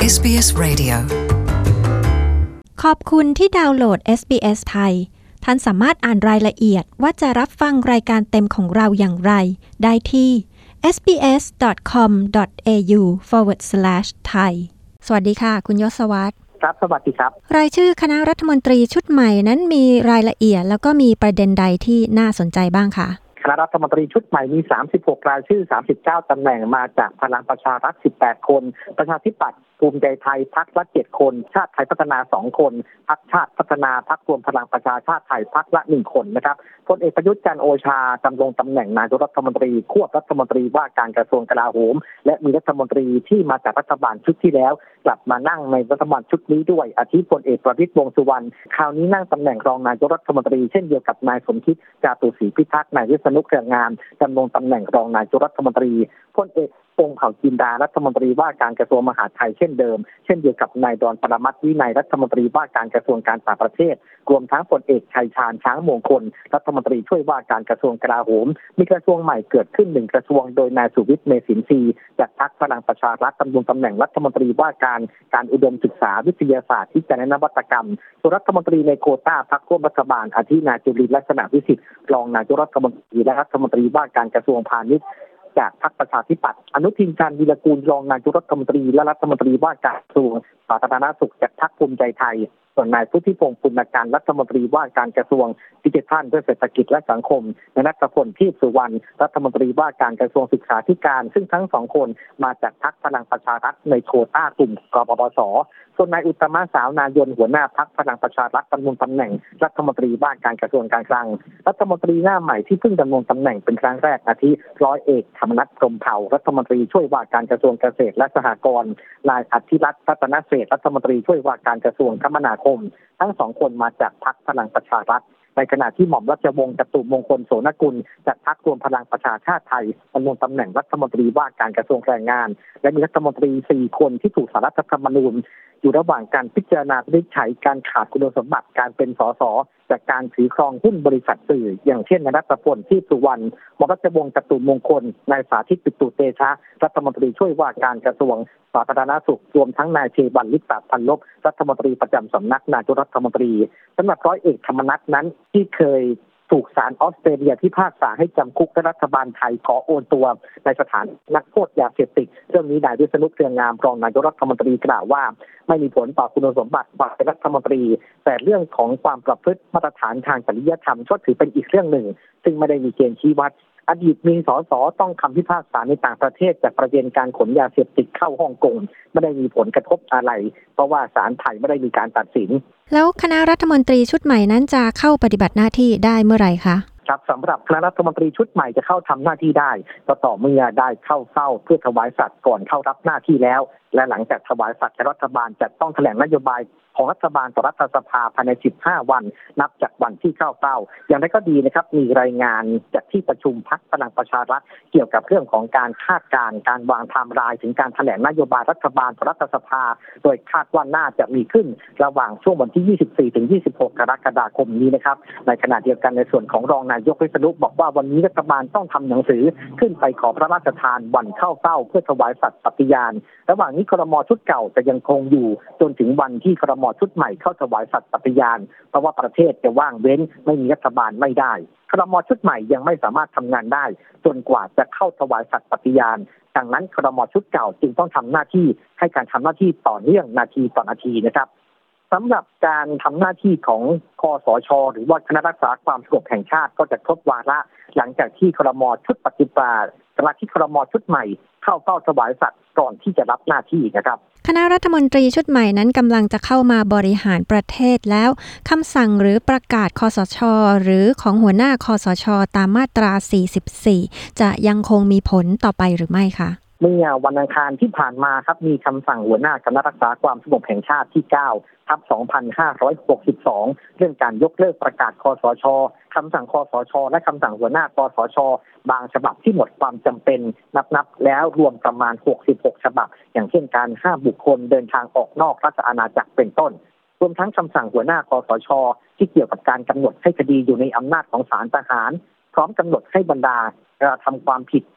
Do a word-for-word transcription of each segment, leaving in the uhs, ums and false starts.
เอส บี เอส Radio ขอบคุณที่ดาวน์โหลด เอส บี เอส ไทยท่านสามารถอ่านรายละเอียดว่าจะรับฟังรายการเต็มของเราอย่างไรได้ที่ เอส บี เอส ดอท คอม ดอท เอ ยู สแลช ไทย สวัสดีค่ะคุณยศวัฒน์ครับสวัสดีครับรายชื่อคณะรัฐมนตรีชุดใหม่นั้นมีรายละเอียดแล้วก็มีประเด็นใดที่น่าสนใจบ้างคะคณะรัฐมนตรีชุดใหม่มีสามสิบหกรายชื่อสามสิบเก้าตำแหน่งมาจากพลังประชารัฐสิบแปดคนประชาธิปัตย์ภูมิใจไทยพรรคละเจ็ดคนชาติไทยพัฒนาสองคนพรรคชาติพัฒนาพรรครวมพลังประชาชาติไทยพรรคละหนึ่งคนนะครับพลเอกประยุทธ์จันทร์โอชาดำรงตำแหน่งนายกรัฐมนตรีควบรัฐมนตรีว่าการกระทรวงกลาโหมและมีรัฐมนตรีที่มาจากรัฐบาลชุดที่แล้วกลับมานั่งในรัฐบาลชุดนี้ด้วยอาทิพลเอกประวิตรวงษ์สุวรรณคราวนี้นั่งตำแหน่งรองนายกรัฐมนตรีเช่นเดียวกับนายสมคิดจาตุศรีพิทักษ์นายวิษณุเครืองามดำรงตำแหน่งรองนายกรัฐมนตรีพลเอกพงษ์เผ่าจินดารัฐมนตรีว่าการกระทรวงมหาดไทยเช่นเดิมเช่นเดียวกับนายดอนปรมัตถ์วินัยรัฐมนตรีว่าการกระทรวงการต่างประเทศรวมทั้งพลเอกชัยชาญช้างมงคลรัฐมนตรีช่วยว่าการกระทรวงกลาโหมมีกระทรวงใหม่เกิดขึ้นหนึ่งกระทรวงโดยนายสุวิทย์เมษินทรีย์จากพรรคพลังประชารัฐดำรงตำแหน่งรัฐมนตรีว่าการการอุดมศึกษาวิทยาศาสตร์วิจัยและนวัตกรรมส่วนรัฐมนตรีในโควต้าพรรคร่วมรัฐบาลอาทินายจุลินทร์ลักษณะวิสิทธิ์รองนายกรัฐมนตรีและรัฐมนตรีว่าการกระทรวงพาณิชย์จากพรรคประชาธิปัตย์อนุทินชาญวีรกูลรองนายกรัฐมนตรีและรัฐมนตรีว่าการกระทรวงสาธารณสุขจากพรรคภูมิใจไทยส่วนนายพุทธิพงษ์ปุณการรัฐมนตรีว่าการกระทรวงดิจิทัลเพื่อเศรษฐกิจและสังคมและณัฐพลทีพสุวรรณรัฐมนตรีว่าการกระทรวงศึกษาธิการซึ่งทั้งสองคนมาจากพรรคพลังประชารัฐในโควต้ากลุ่มกปปสส่วนนายอุตตมะสาวนายนหัวหน้าพรรคพลังประชารัฐดำรงตำแหน่งรัฐมนตรีว่าการกระทรวงการคลังรัฐมนตรีหน้าใหม่ที่เพิ่งดำรงตำแหน่งเป็นครั้งแรกอาทิร้อยเอกธรรมนัสพรหมเผ่ารัฐมนตรีช่วยว่าการกระทรวงเกษตรและสหกรณ์นายอธิรัตน์รัตนเศรษฐ์รัฐมนตรีช่วยว่าการกระทรวงคมนาคมทั้งสองคนมาจากพรรคพลังประชารัฐในขณะที่หม่อมราชวงศ์จตุมงคลโสนกุลจากพรรครวมพลังประชาชาติไทยดำรงตำแหน่งรัฐมนตรีว่าการกระทรวงแรงงานและมีรัฐมนตรีสี่คนที่ถูกศาลรัฐธรรมนูญอยู่ระหว่างการพิจารณาวินิจฉัยการขาดคุณสมบัติการเป็นสสจากการถือครองหุ้นบริษัทสื่ออย่างเช่นนายณัฐพลทีพสุวรรณหม่อมราชวงศ์จตุมงคลนายสาธิตปิตุเตชะรัฐมนตรีช่วยว่าการกระทรวงสาธารณสุขรวมทั้งนายเชวัลย์ ลิปตพันลบรัฐมนตรีประจำสำนักนายกรัฐมนตรีสำหรับร้อยเอกธรรมนัสนั้นที่เคยถูกศาลออสเตรเลียพิพากษาให้จำคุกและรัฐบาลไทยขอโอนตัวในสถานนักโทษยาเสพติดเรื่องนี้นายวิษณุเครืองามรองนายกรัฐมนตรีกล่าวว่าไม่มีผลต่อคุณสมบัติความเป็นรัฐมนตรีแต่เรื่องของความประพฤติมาตรฐานทางจริยธรรมก็ถือเป็นอีกเรื่องหนึ่งซึ่งไม่ได้มีเกณฑ์ชี้วัดอดีตมีสสต้องคำพิพากษาในต่างประเทศจากประเด็นการขนยาเสพติดเข้าฮ่องกงไม่ได้มีผลกระทบอะไรเพราะว่าศาลไทยไม่ได้มีการตัดสินแล้วคณะรัฐมนตรีชุดใหม่นั้นจะเข้าปฏิบัติหน้าที่ได้เมื่อไหร่คะครับสำหรับคณะรัฐมนตรีชุดใหม่จะเข้าทำหน้าที่ได้ก็ต่อเมื่อได้เข้าเฝ้าเพื่อถวายสัตย์ก่อนเข้ารับหน้าที่แล้วและหลังจากถวายสัตย์รัฐบาลจะต้องแถลงนโยบายของรัฐบาลต่อรัฐสภาภายในสิบห้าวันนับจากวันที่เข้าเฝ้าอย่างไรก็ดีนะครับมีรายงานจากที่ประชุมพรรคพลังประชารัฐเกี่ยวกับเรื่องของการคาดการณ์การวางไทม์ไลน์ถึงการแถลงนโยบายรัฐบาลต่อรัฐสภาโดยคาดว่าน่าจะมีขึ้นระหว่างช่วงวันที่ยี่สิบสี่ถึงยี่สิบหกกรกฎาคมนี้นะครับในขณะเดียวกันในส่วนของรองนายกวิษณุบอกว่าวันนี้รัฐบาลต้องทำหนังสือขึ้นไปขอพระราชทานวันเข้าเฝ้าเพื่อถวายสัตย์ปฏิญาณระหว่างนี้ครม.ชุดเก่าจะยังคงอยู่จนถึงวันที่ครม.ชุดใหม่เข้าถวายสัตย์ปฏิญาณเพราะว่าประเทศจะว่างเว้นไม่มีรัฐบาลไม่ได้ครม.ชุดใหม่ยังไม่สามารถทำงานได้จนกว่าจะเข้าถวายสัตย์ปฏิญาณดังนั้นครม.ชุดเก่าจึงต้องทำหน้าที่ให้การทำหน้าที่ต่อเนื่องนาทีต่อนาทีนะครับสำหรับการทำหน้าที่ของคสช.หรือว่าคณะรักษาความสงบแห่งชาติก็จะครบวาระหลังจากที่ครม.ชุดปัจจุบันกำลังที่ครม.ชุดใหม่เข้าเฝ้าถวายสัตย์ก่อนที่จะรับหน้าที่นะครับคณะรัฐมนตรีชุดใหม่นั้นกำลังจะเข้ามาบริหารประเทศแล้วคำสั่งหรือประกาศคสช.หรือของหัวหน้าคสช.ตามมาตราสี่สิบสี่จะยังคงมีผลต่อไปหรือไม่คะเมื่อวันอังคารที่ผ่านมาครับมีคำสั่งหัวหน้าคณะรักษาความสงบแห่งชาติที่เก้าทับสองพันห้าร้อยหกสิบสองเรื่องการยกเลิกประกาศคสช.คำสั่งคสช.และคำสั่งหัวหน้าคสช.บางฉบับที่หมดความจำเป็นนับๆแล้วรวมประมาณหกสิบหกฉบับอย่างเช่นการห้ามบุคคลเดินทางออกนอกราชอาณาจักรเป็นต้นรวมทั้งคำสั่งหัวหน้าคสช.ที่เกี่ยวกับการกำหนดให้คดีอยู่ในอำนาจของศาลทหารพร้อมกำหนดให้บรรดากระทำความผิด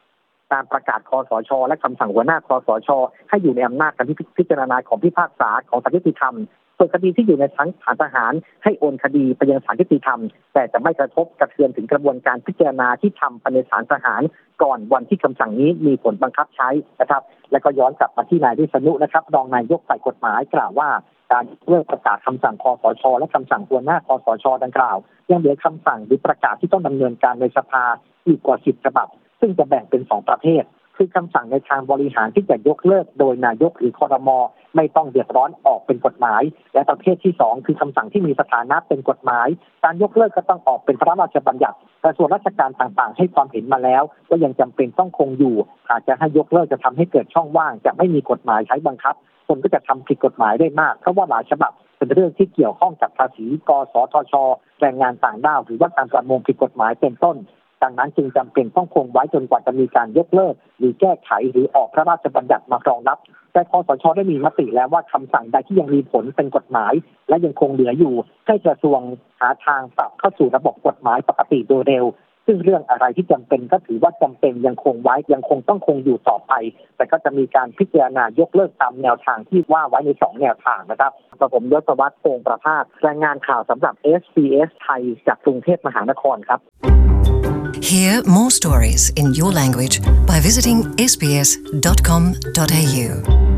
ตามประกาศคสช.และคำสั่งหัวหน้าคสช.ให้อยู่ในอำนาจการพิจารณาของพิพากษาของศาลยุติธรรมส่วนคดีที่อยู่ในชั้นศาลทหารให้โอนคดีไปยังศาลยุติธรรมแต่จะไม่กระทบกระเทือนถึงกระบวนการพิจารณาที่ทำไปในศาลทหารก่อนวันที่คำสั่งนี้มีผลบังคับใช้นะครับและก็ย้อนกลับมาที่นายวิษณุนะครับรองนายกฝ่ายกฎหมายกล่าวว่าการเลิกประกาศคำสั่งคสช.และคำสั่งหัวหน้าคสช.ดังกล่าวยังเหลือคำสั่งหรือประกาศที่ต้องดำเนินการในสภาอีกกว่าสิบฉบับซึ่งจะแบ่งเป็นสองประเภทคือคำสั่งในทางบริหารที่จะยกเลิกโดยนายกหรือครม.ไม่ต้องเดือดร้อนออกเป็นกฎหมายและประเภทที่สองคือคำสั่งที่มีสถานะเป็นกฎหมายการยกเลิกก็ต้องออกเป็นพระราชบัญญัติแต่ส่วนราชการต่างๆให้ความเห็นมาแล้วก็ยังจำเป็นต้องคงอยู่อาจจะให้ยกเลิกจะทำให้เกิดช่องว่างจะไม่มีกฎหมายใช้บังคับคนก็จะทำผิดกฎหมายได้มากเพราะว่าหลายฉบับเป็นเรื่องที่เกี่ยวข้องกับภาษีกสทช.แรงงานต่างด้าวหรือว่าการประมงผิดกฎหมายเป็นต้นดังนั้นจึงจำเป็นต้องคงไว้จนกว่าจะมีการยกเลิกหรือแก้ไขหรือออกพระราชบัญญัติมารองรับแต่คสช.ได้มีมติแล้วว่าคำสั่งใดที่ยังมีผลเป็นกฎหมายและยังคงเหลืออยู่ให้กระทรวงหาทางปรับเข้าสู่ระบบกฎหมายปกติโดยเร็วซึ่งเรื่องอะไรที่จำเป็นก็ถือว่าจำเป็นยังคงไว้ยังคงต้องคงอยู่ต่อไปแต่ก็จะมีการพิจารณายกเลิกตามแนวทางที่ว่าไว้ในสองแนวทางนะครับผมยศวัฒน์ โพงประภาสรายงานข่าวสำหรับ เอส บี เอส ไทยจากกรุงเทพมหานครครับ Hear more stories in your language by visiting s b s dot com dot a u